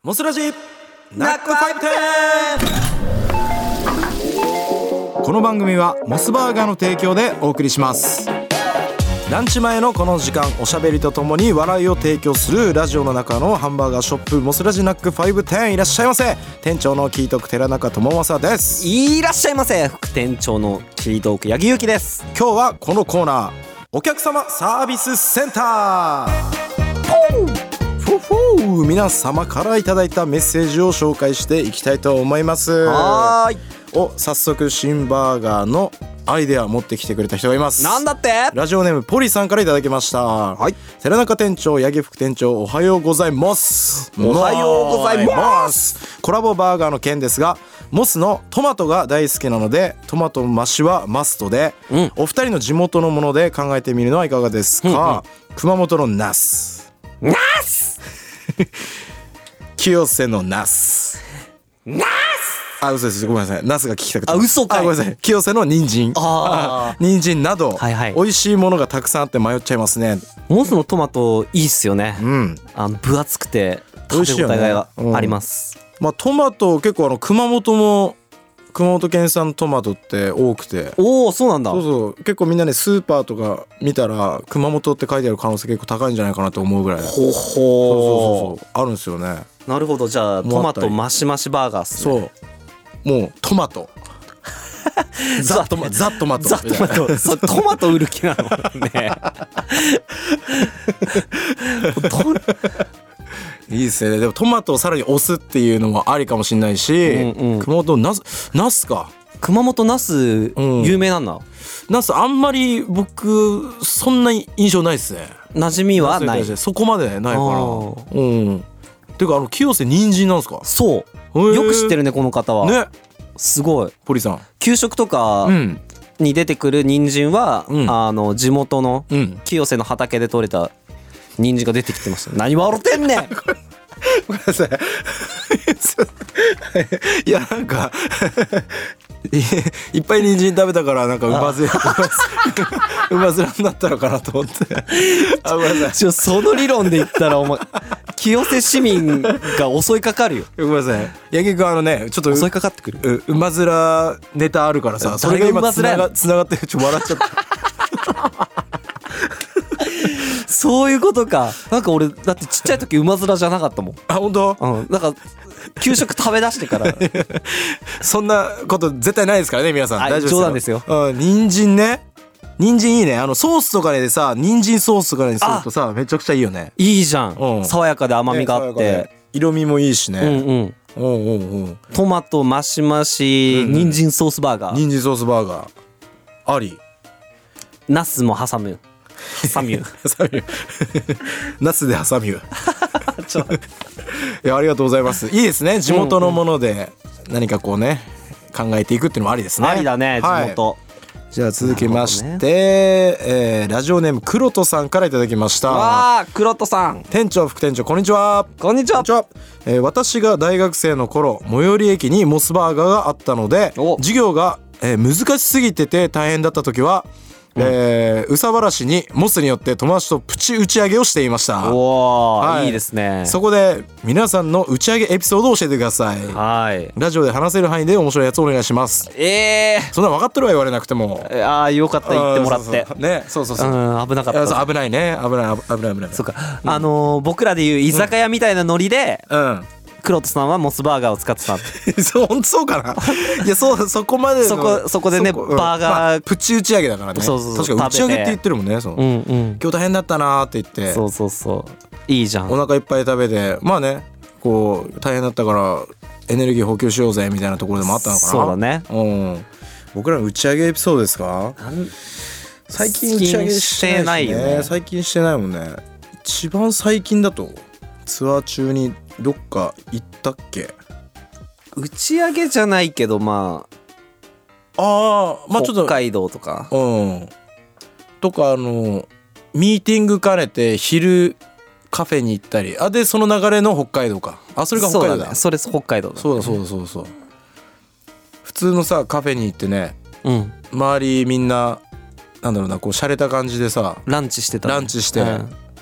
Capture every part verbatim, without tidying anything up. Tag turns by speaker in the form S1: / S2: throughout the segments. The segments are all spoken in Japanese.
S1: モスラジナックファイブテン。この番組はモスバーガーの提供でお送りします。ランチ前のこの時間、おしゃべりとともに笑いを提供するラジオの中のハンバーガーショップモスラジナックファイブテン。いらっしゃいませ。店長のキートーク寺中智正です。
S2: いらっしゃいませ。副店長のキートーク八木ゆきです。
S1: 今日はこのコーナー、お客様サービスセンター。フォフォー、皆様からいただいたメッセージを紹介していきたいと思います。
S2: はーい。
S1: お、早速新バーガーのアイデア持ってきてくれた人がいます。
S2: なんだって？
S1: ラジオネームポリさんからいただきました。はい。寺中店長、八木副店長、おはようございます。
S2: おはようございます。
S1: コラボバーガーの件ですが、モスのトマトが大好きなのでトマト増しはマストで、うん、お二人の地元のもので考えてみるのはいかがですか？うんうん、熊本のナス
S2: ナス
S1: 清瀬のナス
S2: ナス
S1: あ、嘘です。ごめんなさい。ナスが聞きたくて。
S2: あ、嘘かい。
S1: あ、ごめんなさい。清瀬の人参。
S2: あ
S1: 人参など、
S2: はいはい、
S1: 美味しいものがたくさんあって迷っちゃいますね。
S2: モスのトマトいいっすよね。
S1: うん。
S2: あの分厚くて食べ応えがあります。
S1: うん、まあトマト結構あの熊本も熊本県産トマトって多くて。
S2: おお、そうなんだ。
S1: そうそう。結構みんなねスーパーとか見たら熊本って書いてある可能性結構高いんじゃないかなと思うぐらい。
S2: ほほー。
S1: そうそうそう。あるんですよね。
S2: なるほど。じゃあトマトマシマシバーガーっすね。そう。もうトマトザトマザトマトザトマトそうトマト売る気なのね
S1: いいですね。でもトマトをさらに押すっていうのもありかもしれないし、うんうん、熊本ナスナスか
S2: 熊本ナス有名なんだ、うん、
S1: ナスあんまり僕そんな印象ないですね。
S2: 馴染みはない。
S1: そこまでないかな。うん。ていうかあの清瀬人参なんですか？
S2: そう、よく知ってるねこの方は。ね、すごい。
S1: ポリさん、
S2: 給食とかに出てくる人参は、うん、あの地元の清瀬の畑で採れた人参が出てきてました。何笑ってんねん
S1: ごめんなさいいやなんかいっぱい人参食べたからなんかうまずうまずらになったのかなと思ってあ、ごめんなさい。
S2: ちょその理論で言ったらお前清瀬市民が襲いかかるよ。
S1: ごめんなさい。八木君あのねちょっと
S2: 襲いかかってくる
S1: う, うまずらネタあるからさ、それが今つなが, つながってちょっと笑っちゃった
S2: そういうことか。なんか俺だってちっちゃい時うまずらじゃなかったもん。
S1: あ、本当？
S2: うん。なんか給食食べ出してから
S1: そんなこと絶対ないですからね皆さん。大丈夫ですよ。
S2: 冗談ですよ。
S1: うん、人参ね。人参いいね。あのソースとかでさ、人参ソースとかにするとさめちゃくちゃいいよね。
S2: いいじゃん、うん、爽やかで甘みがあって、ね、
S1: 色味もいいしね。うんうん
S2: うんうんうん。トマトマシマシ、うんうん、人参ソースバーガー。
S1: 人参ソースバーガーあり。
S2: ナスも挟む。挟む。
S1: 挟む。ナスで挟む。いやありがとうございます。いいですね。地元のもので何かこうね考えていくっていうのもありですね。
S2: ありだね、地元。はい、
S1: じゃあ続きまして、ねえー、ラジオネームクロトさんからいただきました。
S2: わー、クロトさん。
S1: 店長副店長こんにちは。
S2: こんにちは。
S1: えー、私が大学生の頃最寄り駅にモスバーガーがあったので授業が、えー、難しすぎてて大変だった時はうん、えー、宇佐原市にモスによって友達とプチ打ち上げをしていました。
S2: おー、はい、いいですね。
S1: そこで皆さんの打ち上げエピソードを教えてください。
S2: はい。
S1: ラジオで話せる範囲で面白いやつお願いします。
S2: えー、
S1: そんな分かってるわ言われなくても。
S2: ああ、よかった言ってもらって。
S1: そうそうね、そうそうそう。
S2: うん、危なかった。
S1: そう危ないね、危ない危ない危ない。
S2: そうか、うん、あのー、僕らでいう居酒屋みたいなノリで。うん。クロトさんはモスバーガーを使ってた
S1: そう本当そうかないやそうそこまでの
S2: そこそこでねバーガー、まあ、
S1: プチ打ち上げだからね。
S2: そうそうそう、
S1: 確か打ち上げって言ってるもんね。そう、うんうん、今日大変だったなーって言って、
S2: そうそうそういいじゃん。
S1: お腹いっぱい食べてまあねこう大変だったからエネルギー補給しようぜみたいなところでもあったのかな。
S2: そうだね。
S1: うん。僕らの打ち上げエピソードですか？最近打ち上げしてないよね。最近してないもんね。一番最近だとツアー中にどっか行ったっけ？
S2: 打ち上げじゃないけどま
S1: ああまあちょっと
S2: 北海道とか
S1: うんとかあのミーティング兼ねて昼カフェに行ったりあでその流れの北海道か。あそれが北海道だ。
S2: そうだね。それ北海道だ、ね。
S1: そうだそうだそうだそう。普通のさカフェに行ってね、うん、周りみんななんだろうなこう洒落た感じでさ
S2: ランチしてた、ね、
S1: ランチして、うん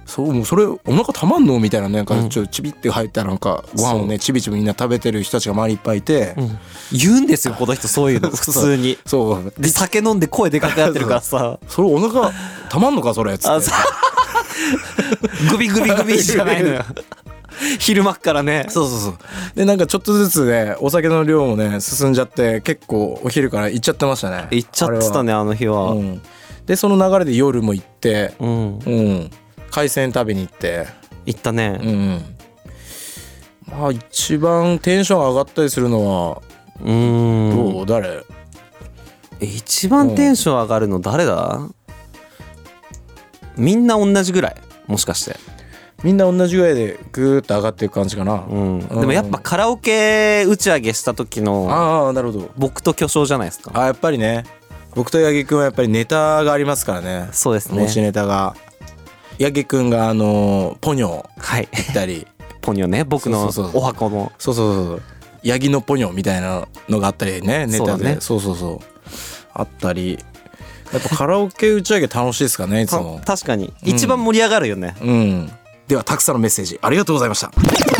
S1: そうもうそれお腹たまんのみたいなねなんかちょっとちびって入ったなんかご飯をねちびちびみんな食べてる人たちが周りいっぱいいて、
S2: うん、言うんですよこの人そういうの普通にそうで酒飲んで声でかくなってるからさ
S1: それお腹たまんのかそれっつって
S2: グビグビグビじゃないのよ昼間っからね
S1: そうそうそうでなんかちょっとずつねお酒の量もね進んじゃって結構お昼から行っちゃってましたね
S2: 行っちゃってたね あ, あの日は、
S1: うん、でその流れで夜も行って、
S2: うん
S1: うん、海鮮食べに行って
S2: 行ったね、
S1: うん、まあ一番テンション上がったりするのは
S2: うーん
S1: どう誰
S2: 一番テンション上がるの誰だ、うん、みんな同じぐらいもしかして
S1: みんな同じぐらいでグーッと上がっていく感じかな、
S2: うんうん、でもやっぱカラオケ打ち上げした時の
S1: ああなるほど
S2: 僕と巨匠じゃないですか
S1: あやっぱりね僕と八木くんはやっぱりネタがありますからね
S2: そうですね
S1: 持ちネタが八木くんがあのポニョ行ったり、はい、
S2: ポニョね僕のお箱の
S1: そうそうそうそう八木のポニョみたいなのがあったりねネタでそうそうそうあったりやっぱカラオケ打ち上げ楽しいですかねいつも
S2: 確かに一番盛り上がるよね、
S1: うん、うんではたくさんのメッセージありがとうございました。いらっしゃい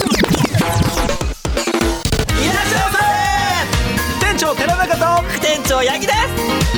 S1: ませ。店長寺中と
S2: 副店長八木です。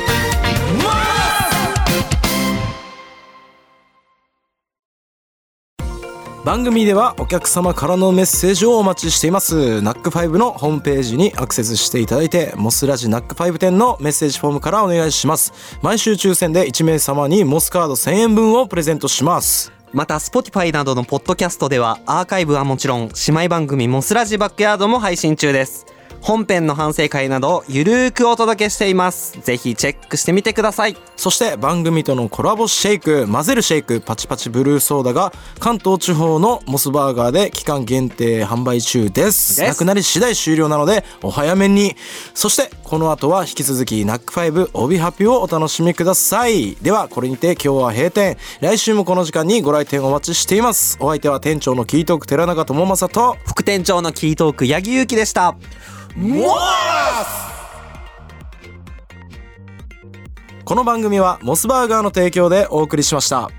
S1: 番組ではお客様からのメッセージをお待ちしています。ナックファイブのホームページにアクセスしていただいてモスラジナックファイブ店のメッセージフォームからお願いします。毎週抽選でいち名様にモスカードせんえん分をプレゼントします。
S2: また Spotify などのポッドキャストではアーカイブはもちろん姉妹番組モスラジバックヤードも配信中です。本編の反省会などゆるーくお届けしています。ぜひチェックしてみてください。
S1: そして番組とのコラボシェイク混ぜるシェイクパチパチブルーソーダが関東地方のモスバーガーで期間限定販売中です。なくなり次第終了なのでお早めに。そしてこの後は引き続きナックファイブ帯ハピをお楽しみください。ではこれにて今日は閉店。来週もこの時間にご来店お待ちしています。お相手は店長のキートーク寺中智正と
S2: 副店長のキートーク八木ゆうきでした。
S1: この番組はモスバーガーの提供でお送りしました。